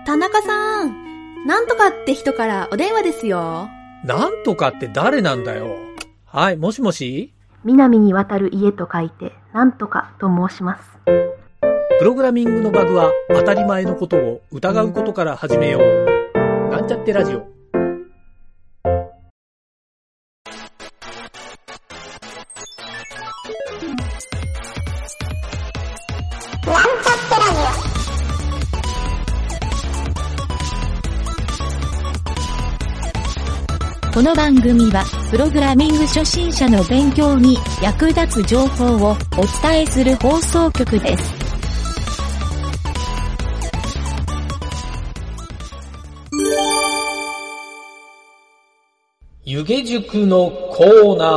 田中さん、なんとかって人からお電話ですよ。 なんとかって誰なんだよ。はい、もしもし？ 南に渡る家と書いて、なんとかと申します。 プログラミングのバグは当たり前のことを疑うことから始めよう。なんちゃってラジオ。 この番組は、プログラミング初心者の勉強に役立つ情報をお伝えする放送局です。 湯気塾のコーナ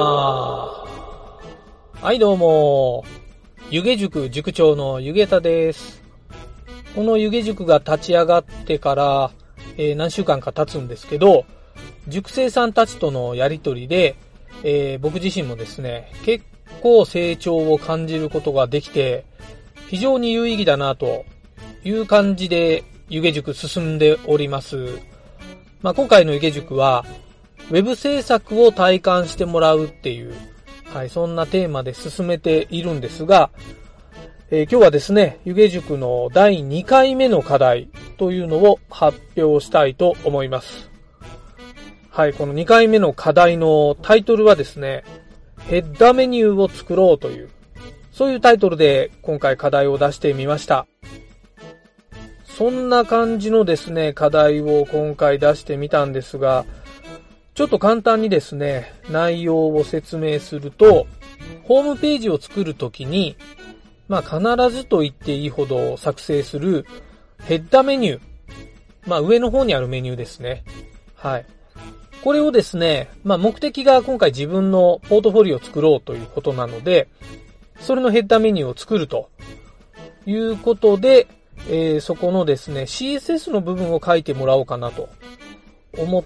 ー。はい、どうも。湯気塾塾長の湯気田です。この湯気塾が立ち上がってから、何週間か経つんですけど、塾生さんたちとのやりとりで、僕自身もですね、結構成長を感じることができて、非常に有意義だなという感じで湯気塾進んでおります。今回の湯気塾は、ウェブ制作を体感してもらうっていう、そんなテーマで進めているんですが、今日はですね、湯気塾の第2回目の課題というのを発表したいと思います。この2回目の課題のタイトルはですね、ヘッダメニューを作ろうという、そういうタイトルで今回課題を出してみました。そんな感じのですね、課題を今回出してみたんですが、ちょっと簡単にですね、内容を説明すると、ホームページを作るときに、必ずと言っていいほど作成するヘッダメニュー。上の方にあるメニューですね。これをですね、目的が今回自分のポートフォリオを作ろうということなので、それのヘッダメニューを作るということで、そこのですね、CSS の部分を書いてもらおうかなと思って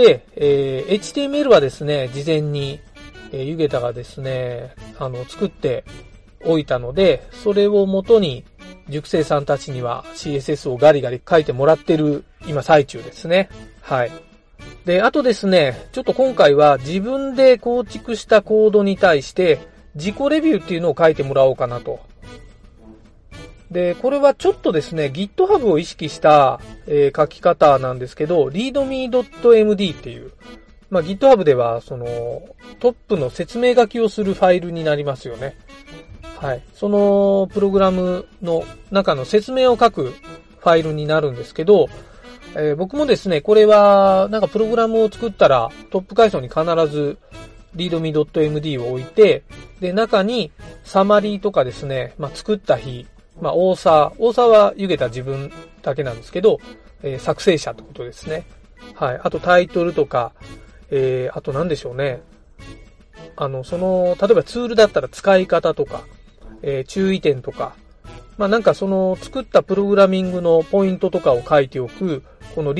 、HTML はですね、事前に、湯気田がですね、作っておいたので、それを元に塾生さんたちには CSS をガリガリ書いてもらってる今最中ですね。で、あとですね、ちょっと今回は自分で構築したコードに対して自己レビューっていうのを書いてもらおうかなと。で、これはちょっとですね、GitHub を意識した、書き方なんですけど、readme.md っていう、GitHub ではそのトップの説明書きをするファイルになりますよね。そのプログラムの中の説明を書くファイルになるんですけど、僕もですね、これはプログラムを作ったらトップ階層に必ず readme.md を置いて、で中にサマリーとかですね、作った日、オーサーは湯気た自分だけなんですけど、作成者ってことですね。あとタイトルとか、あと何でしょうね。例えばツールだったら使い方とか、注意点とか、その作ったプログラミングのポイントとかを書いておく、この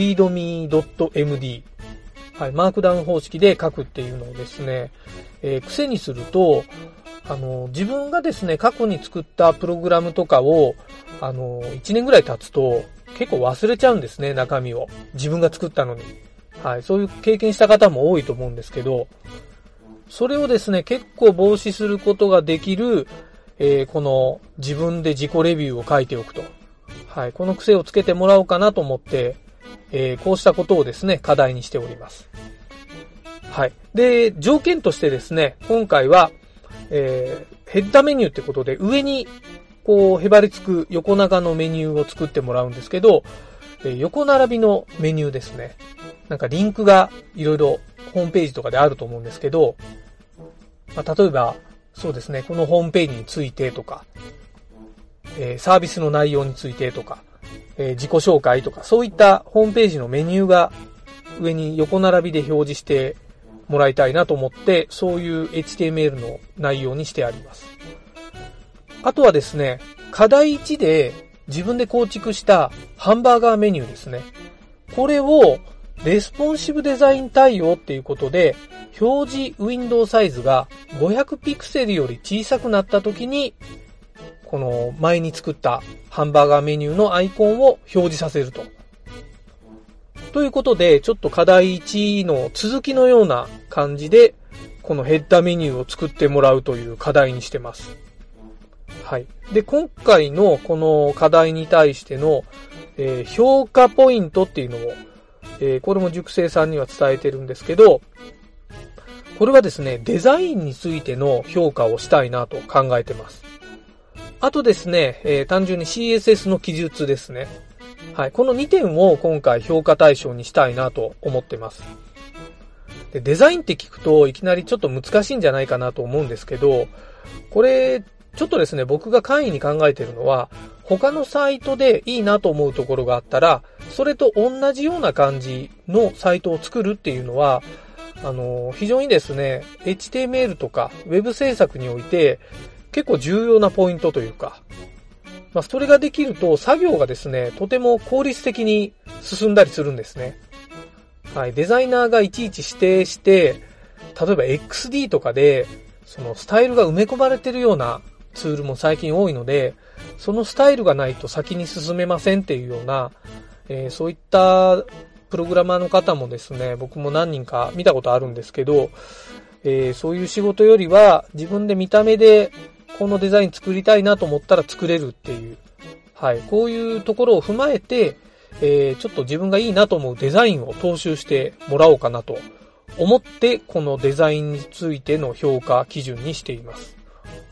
readme.md、マークダウン方式で書くっていうのをですね、癖にすると、自分がですね、過去に作ったプログラムとかを、1年ぐらい経つと、結構忘れちゃうんですね、中身を。自分が作ったのに。そういう経験した方も多いと思うんですけど、それをですね、結構防止することができる、この自分で自己レビューを書いておくと。この癖をつけてもらおうかなと思って、こうしたことをですね、課題にしております。で、条件としてですね、今回は、ヘッダメニューってことで上にこうへばりつく横長のメニューを作ってもらうんですけど、横並びのメニューですね。リンクがいろいろホームページとかであると思うんですけど、例えばそうですね、このホームページについてとか、サービスの内容についてとか、自己紹介とか、そういったホームページのメニューが上に横並びで表示してもらいたいなと思って、そういう HTML の内容にしてあります。あとはですね、課題1で自分で構築したハンバーガーメニューですね。これをレスポンシブデザイン対応っていうことで、表示ウィンドウサイズが500ピクセルより小さくなった時に、この前に作ったハンバーガーメニューのアイコンを表示させるとということで、ちょっと課題1の続きのような感じで、このヘッダーメニューを作ってもらうという課題にしてます。はい。で、今回のこの課題に対しての、評価ポイントっていうのを、これも塾生さんには伝えてるんですけど、これはですね、デザインについての評価をしたいなと考えてます。あとですね、単純に CSS の記述ですね。はい。この2点を今回評価対象にしたいなと思ってます。で、デザインって聞くといきなりちょっと難しいんじゃないかなと思うんですけど、これ、ちょっとですね、僕が簡易に考えているのは、他のサイトでいいなと思うところがあったら、それと同じような感じのサイトを作るっていうのは、非常にですね、HTML とか Web 制作において結構重要なポイントというか、それができると作業がですね、とても効率的に進んだりするんですね。はい、デザイナーがいちいち指定して、例えば XD とかで、そのスタイルが埋め込まれているようなツールも最近多いので、そのスタイルがないと先に進めませんっていうような、そういったプログラマーの方もですね、僕も何人か見たことあるんですけど、そういう仕事よりは自分で見た目でこのデザイン作りたいなと思ったら作れるっていう、はい、こういうところを踏まえて、ちょっと自分がいいなと思うデザインを踏襲してもらおうかなと思って、このデザインについての評価基準にしています。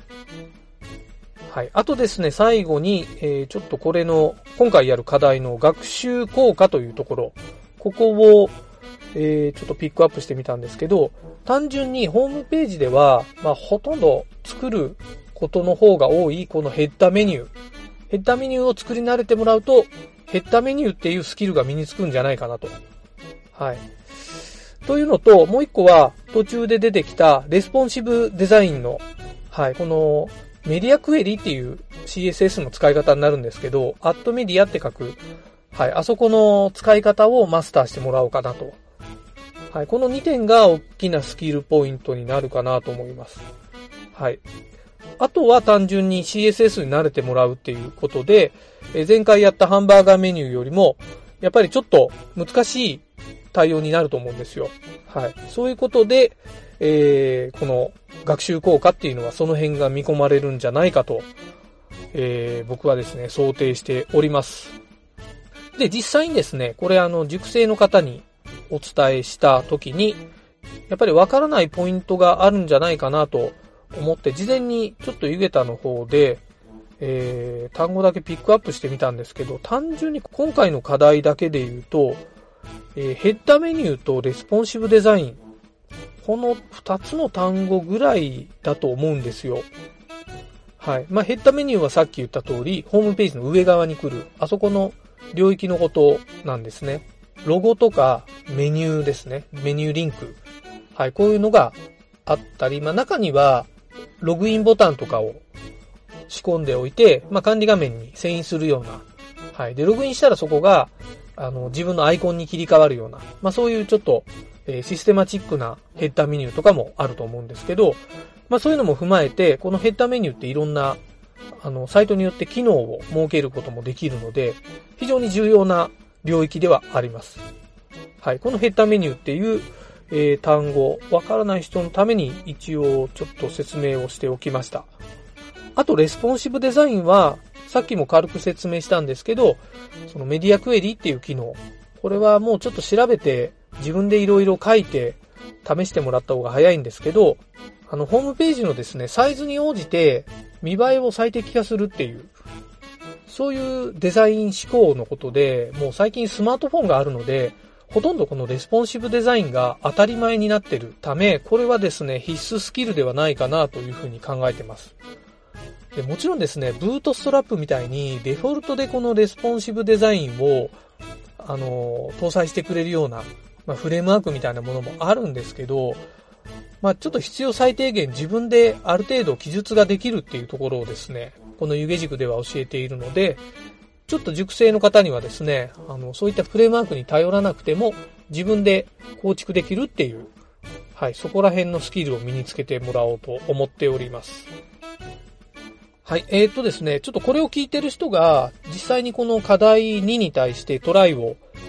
はい。あとですね、最後に、ちょっとこれの、今回やる課題の学習効果というところ、ここを、ちょっとピックアップしてみたんですけど、単純にホームページでは、ほとんど作ることの方が多い、このヘッダーメニュー。ヘッダーメニューを作り慣れてもらうと、ヘッダーメニューっていうスキルが身につくんじゃないかなと。はい。というのと、もう一個は、途中で出てきたレスポンシブデザインの、はい、このメディアクエリっていう CSS の使い方になるんですけど、アットメディアって書く、はい、あそこの使い方をマスターしてもらおうかなと。はい、この2点が大きなスキルポイントになるかなと思います。はい。あとは単純に CSS に慣れてもらうっていうことで、前回やったハンバーガーメニューよりも、やっぱりちょっと難しい対応になると思うんですよ。はい。そういうことで、この学習効果っていうのはその辺が見込まれるんじゃないかと、僕はですね、想定しております。で、実際にですね、これ塾生の方にお伝えした時に、やっぱりわからないポイントがあるんじゃないかなと思って、事前にちょっとユゲタの方で、単語だけピックアップしてみたんですけど、単純に今回の課題だけで言うと、ヘッダーメニューとレスポンシブデザイン、この2つの単語ぐらいだと思うんですよ。はい。ヘッダーメニューはさっき言った通り、ホームページの上側に来る、あそこの領域のことなんですね。ロゴとかメニューですね。メニューリンク。はい。こういうのがあったり、中にはログインボタンとかを仕込んでおいて、管理画面に遷移するような。はい。で、ログインしたらそこが、自分のアイコンに切り替わるような。そういうちょっと、システマチックなヘッダーメニューとかもあると思うんですけど、そういうのも踏まえて、このヘッダーメニューっていろんな、サイトによって機能を設けることもできるので、非常に重要な領域ではあります。はい。このヘッダーメニューっていう、単語、わからない人のために一応ちょっと説明をしておきました。あと、レスポンシブデザインは、さっきも軽く説明したんですけど、そのメディアクエリっていう機能、これはもうちょっと調べて、自分でいろいろ書いて試してもらった方が早いんですけど、ホームページのですね、サイズに応じて見栄えを最適化するっていう、そういうデザイン思考のことで、もう最近スマートフォンがあるので、ほとんどこのレスポンシブデザインが当たり前になっているため、これはですね、必須スキルではないかなというふうに考えています。でもちろんですね、ブートストラップみたいにデフォルトでこのレスポンシブデザインを搭載してくれるような、フレームワークみたいなものもあるんですけど、ちょっと必要最低限自分である程度記述ができるっていうところをですね、この湯気塾では教えているので、ちょっと塾生の方にはですね、そういったフレームワークに頼らなくても自分で構築できるっていう、はい、そこら辺のスキルを身につけてもらおうと思っております。はい、ですね、ちょっとこれを聞いてる人が実際にこの課題2に対してトライを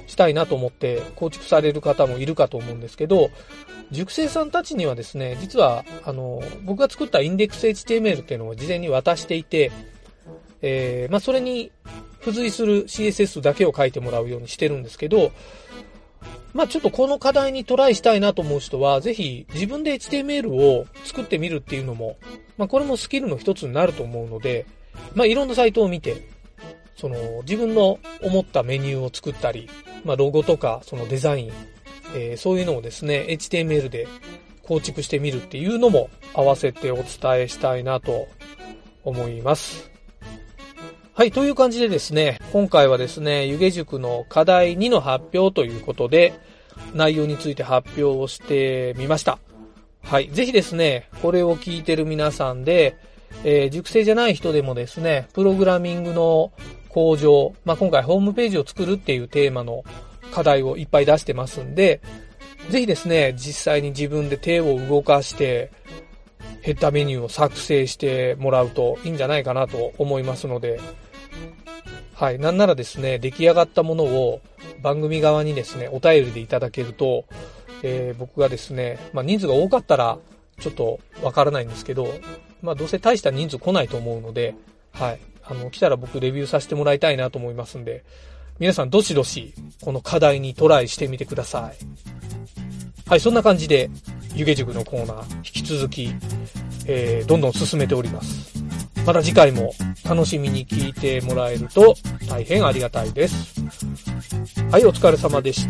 したいなと思って構築される方もいるかと思うんですけど、塾生さんたちにはですね、実は、僕が作ったインデックス HTML っていうのを事前に渡していて、それに付随する CSS だけを書いてもらうようにしてるんですけど、ちょっとこの課題にトライしたいなと思う人は、ぜひ自分で HTML を作ってみるっていうのも、これもスキルの一つになると思うので、いろんなサイトを見て、自分の思ったメニューを作ったり、ロゴとか、そのデザイン、そういうのをですね、HTML で構築してみるっていうのも合わせてお伝えしたいなと思います。はい、という感じでですね、今回はですね、湯気塾の課題2の発表ということで、内容について発表をしてみました。はい、ぜひですね、これを聞いてる皆さんで、塾生じゃない人でもですね、プログラミングの向上、今回ホームページを作るっていうテーマの課題をいっぱい出してますんで、ぜひですね、実際に自分で手を動かして、ヘッダーメニューを作成してもらうといいんじゃないかなと思いますので、はい、なんならですね、出来上がったものを番組側にですね、お便りでいただけると、僕がですね、人数が多かったらちょっとわからないんですけど、どうせ大した人数来ないと思うので、はい、来たら僕レビューさせてもらいたいなと思いますんで、皆さんどしどしこの課題にトライしてみてください。はい、そんな感じで湯気塾のコーナー引き続き、どんどん進めております。また次回も楽しみに聞いてもらえると大変ありがたいです。はい、お疲れ様でした。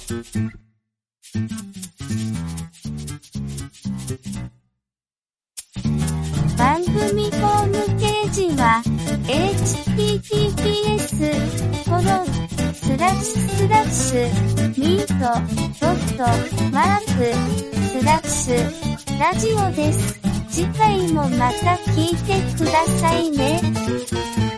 番組ホームページは https://meet.mark/ラジオです。次回もまた聞いてくださいね。